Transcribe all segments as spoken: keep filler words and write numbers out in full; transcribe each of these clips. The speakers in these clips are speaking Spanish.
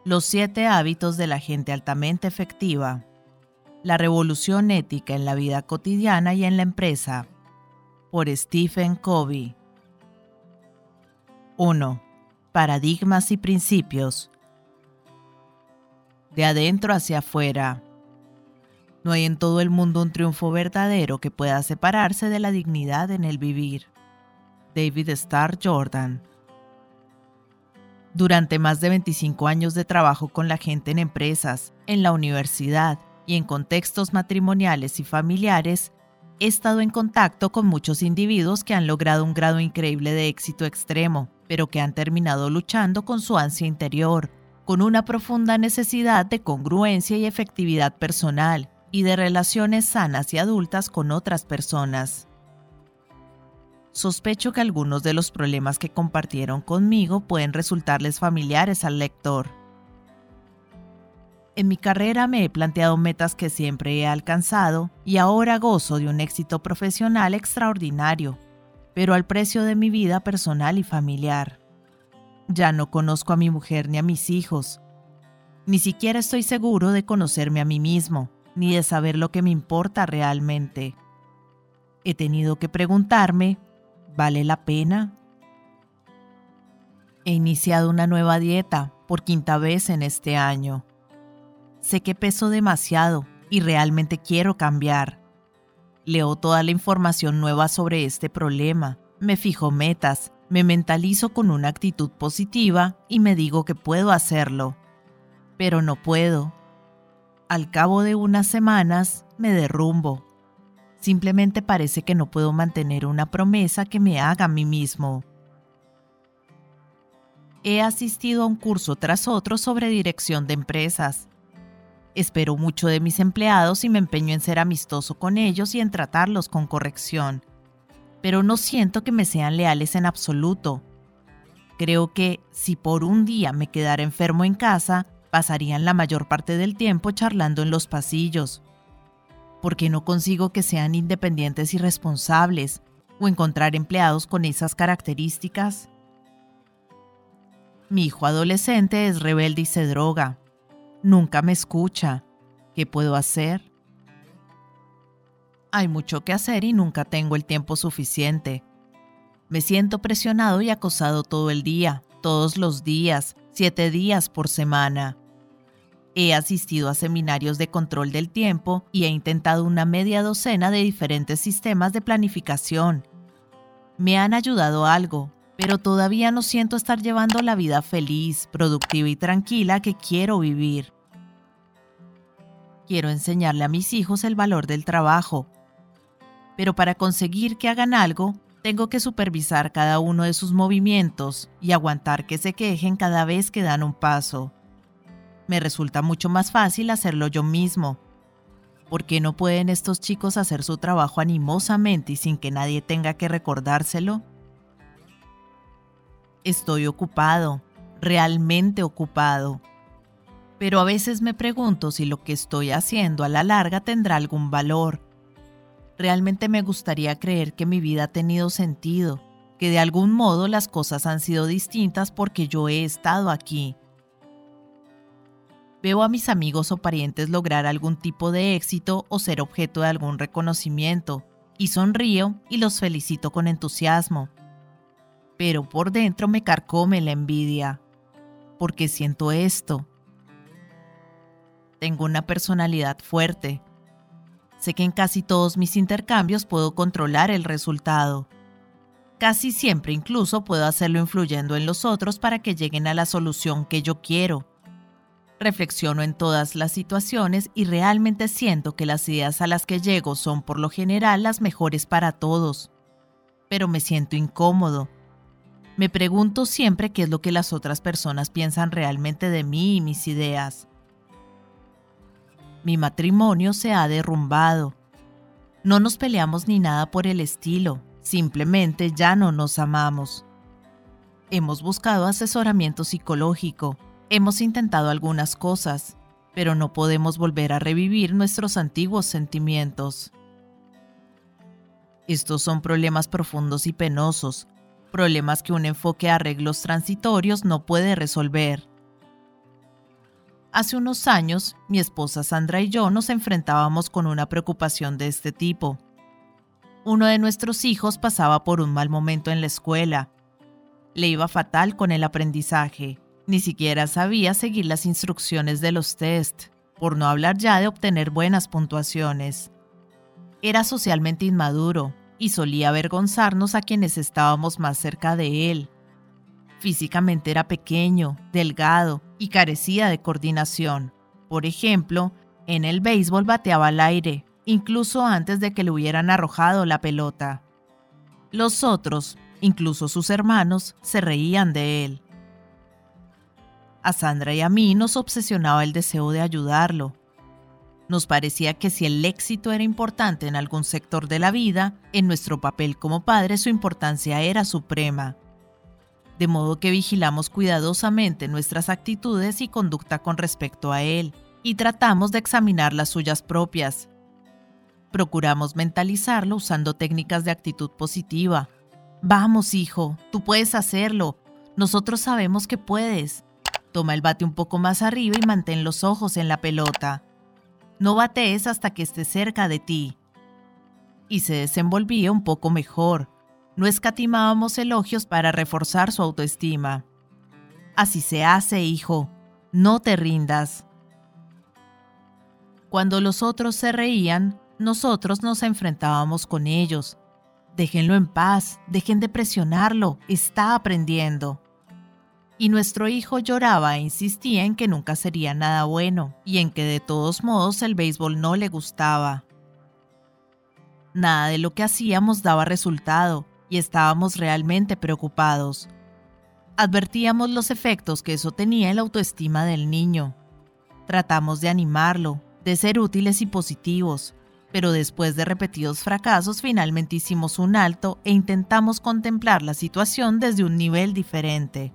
Los siete hábitos de la gente altamente efectiva. La revolución ética en la vida cotidiana y en la empresa. Por Stephen Covey. uno. Paradigmas y principios. De adentro hacia afuera. No hay en todo el mundo un triunfo verdadero que pueda separarse de la dignidad en el vivir. David Starr Jordan. Durante más de veinticinco años de trabajo con la gente en empresas, en la universidad y en contextos matrimoniales y familiares, he estado en contacto con muchos individuos que han logrado un grado increíble de éxito extremo, pero que han terminado luchando con su ansia interior, con una profunda necesidad de congruencia y efectividad personal y de relaciones sanas y adultas con otras personas. Sospecho que algunos de los problemas que compartieron conmigo pueden resultarles familiares al lector. En mi carrera me he planteado metas que siempre he alcanzado y ahora gozo de un éxito profesional extraordinario, pero al precio de mi vida personal y familiar. Ya no conozco a mi mujer ni a mis hijos. Ni siquiera estoy seguro de conocerme a mí mismo, ni de saber lo que me importa realmente. He tenido que preguntarme, ¿vale la pena? He iniciado una nueva dieta por quinta vez en este año. Sé que peso demasiado y realmente quiero cambiar. Leo toda la información nueva sobre este problema, me fijo metas, me mentalizo con una actitud positiva y me digo que puedo hacerlo. Pero no puedo. Al cabo de unas semanas me derrumbo. Simplemente parece que no puedo mantener una promesa que me haga a mí mismo. He asistido a un curso tras otro sobre dirección de empresas. Espero mucho de mis empleados y me empeño en ser amistoso con ellos y en tratarlos con corrección. Pero no siento que me sean leales en absoluto. Creo que, si por un día me quedara enfermo en casa, pasarían la mayor parte del tiempo charlando en los pasillos. ¿Por qué no consigo que sean independientes y responsables o encontrar empleados con esas características? Mi hijo adolescente es rebelde y se droga. Nunca me escucha. ¿Qué puedo hacer? Hay mucho que hacer y nunca tengo el tiempo suficiente. Me siento presionado y acosado todo el día, todos los días, siete días por semana. He asistido a seminarios de control del tiempo y he intentado una media docena de diferentes sistemas de planificación. Me han ayudado algo, pero todavía no siento estar llevando la vida feliz, productiva y tranquila que quiero vivir. Quiero enseñarle a mis hijos el valor del trabajo, pero para conseguir que hagan algo, tengo que supervisar cada uno de sus movimientos y aguantar que se quejen cada vez que dan un paso. Me resulta mucho más fácil hacerlo yo mismo. ¿Por qué no pueden estos chicos hacer su trabajo animosamente y sin que nadie tenga que recordárselo? Estoy ocupado, realmente ocupado. Pero a veces me pregunto si lo que estoy haciendo a la larga tendrá algún valor. Realmente me gustaría creer que mi vida ha tenido sentido, que de algún modo las cosas han sido distintas porque yo he estado aquí. Veo a mis amigos o parientes lograr algún tipo de éxito o ser objeto de algún reconocimiento, y sonrío y los felicito con entusiasmo. Pero por dentro me carcome la envidia, porque siento esto. Tengo una personalidad fuerte. Sé que en casi todos mis intercambios puedo controlar el resultado. Casi siempre incluso puedo hacerlo influyendo en los otros para que lleguen a la solución que yo quiero. Reflexiono en todas las situaciones y realmente siento que las ideas a las que llego son por lo general las mejores para todos. Pero me siento incómodo. Me pregunto siempre qué es lo que las otras personas piensan realmente de mí y mis ideas. Mi matrimonio se ha derrumbado. No nos peleamos ni nada por el estilo, simplemente ya no nos amamos. Hemos buscado asesoramiento psicológico, hemos intentado algunas cosas, pero no podemos volver a revivir nuestros antiguos sentimientos. Estos son problemas profundos y penosos, problemas que un enfoque a arreglos transitorios no puede resolver. Hace unos años, mi esposa Sandra y yo nos enfrentábamos con una preocupación de este tipo. Uno de nuestros hijos pasaba por un mal momento en la escuela. Le iba fatal con el aprendizaje. Ni siquiera sabía seguir las instrucciones de los test, por no hablar ya de obtener buenas puntuaciones. Era socialmente inmaduro y solía avergonzarnos a quienes estábamos más cerca de él. Físicamente era pequeño, delgado y carecía de coordinación. Por ejemplo, en el béisbol bateaba al aire, incluso antes de que le hubieran arrojado la pelota. Los otros, incluso sus hermanos, se reían de él. A Sandra y a mí nos obsesionaba el deseo de ayudarlo. Nos parecía que si el éxito era importante en algún sector de la vida, en nuestro papel como padres su importancia era suprema. De modo que vigilamos cuidadosamente nuestras actitudes y conducta con respecto a él, y tratamos de examinar las suyas propias. Procuramos mentalizarlo usando técnicas de actitud positiva. Vamos, hijo, tú puedes hacerlo. Nosotros sabemos que puedes. Toma el bate un poco más arriba y mantén los ojos en la pelota. No batees hasta que esté cerca de ti. Y se desenvolvía un poco mejor. No escatimábamos elogios para reforzar su autoestima. Así se hace, hijo. No te rindas. Cuando los otros se reían, nosotros nos enfrentábamos con ellos. Déjenlo en paz, dejen de presionarlo, está aprendiendo. Y nuestro hijo lloraba e insistía en que nunca sería nada bueno y en que de todos modos el béisbol no le gustaba. Nada de lo que hacíamos daba resultado y estábamos realmente preocupados. Advertíamos los efectos que eso tenía en la autoestima del niño. Tratamos de animarlo, de ser útiles y positivos, pero después de repetidos fracasos finalmente hicimos un alto e intentamos contemplar la situación desde un nivel diferente.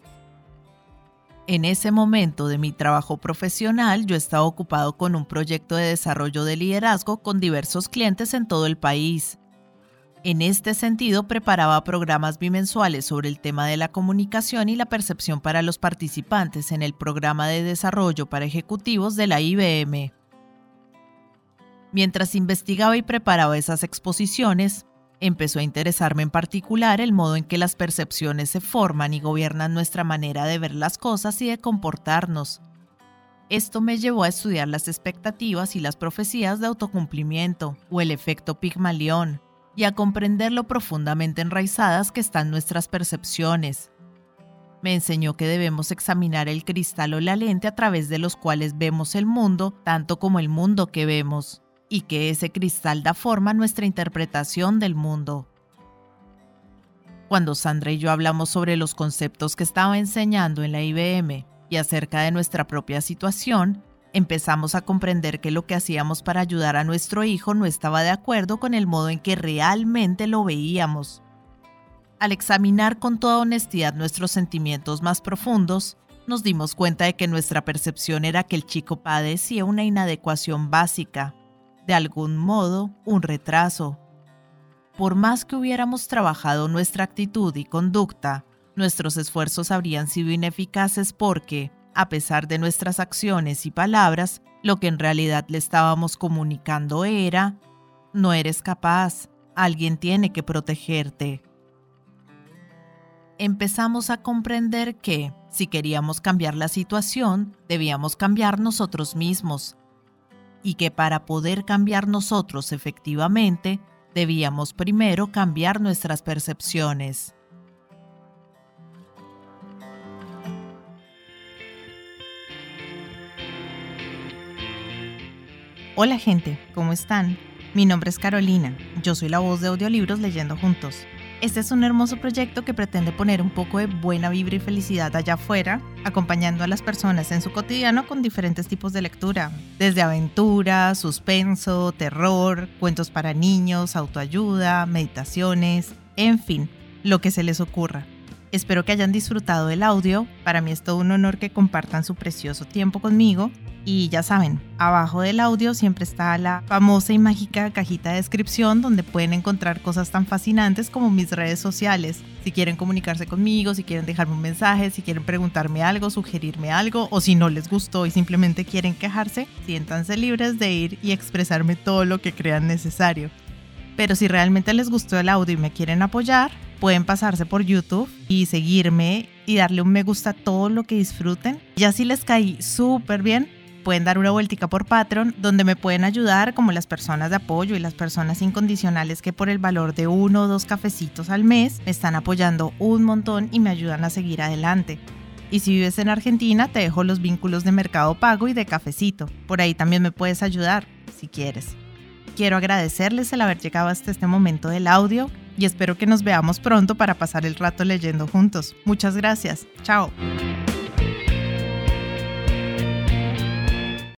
En ese momento de mi trabajo profesional, yo estaba ocupado con un proyecto de desarrollo de liderazgo con diversos clientes en todo el país. En este sentido, preparaba programas bimensuales sobre el tema de la comunicación y la percepción para los participantes en el programa de desarrollo para ejecutivos de la I B M. Mientras investigaba y preparaba esas exposiciones, empezó a interesarme en particular el modo en que las percepciones se forman y gobiernan nuestra manera de ver las cosas y de comportarnos. Esto me llevó a estudiar las expectativas y las profecías de autocumplimiento, o el efecto Pigmalión, y a comprender lo profundamente enraizadas que están nuestras percepciones. Me enseñó que debemos examinar el cristal o la lente a través de los cuales vemos el mundo, tanto como el mundo que vemos, y que ese cristal da forma a nuestra interpretación del mundo. Cuando Sandra y yo hablamos sobre los conceptos que estaba enseñando en la I B M y acerca de nuestra propia situación, empezamos a comprender que lo que hacíamos para ayudar a nuestro hijo no estaba de acuerdo con el modo en que realmente lo veíamos. Al examinar con toda honestidad nuestros sentimientos más profundos, nos dimos cuenta de que nuestra percepción era que el chico padecía una inadecuación básica, de algún modo, un retraso. Por más que hubiéramos trabajado nuestra actitud y conducta, nuestros esfuerzos habrían sido ineficaces porque, a pesar de nuestras acciones y palabras, lo que en realidad le estábamos comunicando era: no eres capaz, alguien tiene que protegerte. Empezamos a comprender que, si queríamos cambiar la situación, debíamos cambiar nosotros mismos, y que para poder cambiar nosotros efectivamente, debíamos primero cambiar nuestras percepciones. Hola gente, ¿cómo están? Mi nombre es Carolina, yo soy la voz de Audiolibros Leyendo Juntos. Este es un hermoso proyecto que pretende poner un poco de buena vibra y felicidad allá afuera, acompañando a las personas en su cotidiano con diferentes tipos de lectura, desde aventura, suspenso, terror, cuentos para niños, autoayuda, meditaciones, en fin, lo que se les ocurra. Espero que hayan disfrutado del audio, para mí es todo un honor que compartan su precioso tiempo conmigo Y ya saben, abajo del audio siempre está la famosa y mágica cajita de descripción donde pueden encontrar cosas tan fascinantes como mis redes sociales. Si quieren comunicarse conmigo, si quieren dejarme un mensaje, si quieren preguntarme algo, sugerirme algo, o si no les gustó y simplemente quieren quejarse, siéntanse libres de ir y expresarme todo lo que crean necesario. Pero si realmente les gustó el audio y me quieren apoyar, pueden pasarse por YouTube y seguirme y darle un me gusta a todo lo que disfruten. Ya si les caí súper bien, pueden dar una vueltica por Patreon, donde me pueden ayudar, como las personas de apoyo y las personas incondicionales que por el valor de uno o dos cafecitos al mes me están apoyando un montón y me ayudan a seguir adelante. Y si vives en Argentina, te dejo los vínculos de Mercado Pago y de Cafecito. Por ahí también me puedes ayudar, si quieres. Quiero agradecerles el haber llegado hasta este momento del audio y espero que nos veamos pronto para pasar el rato leyendo juntos. Muchas gracias. Chao.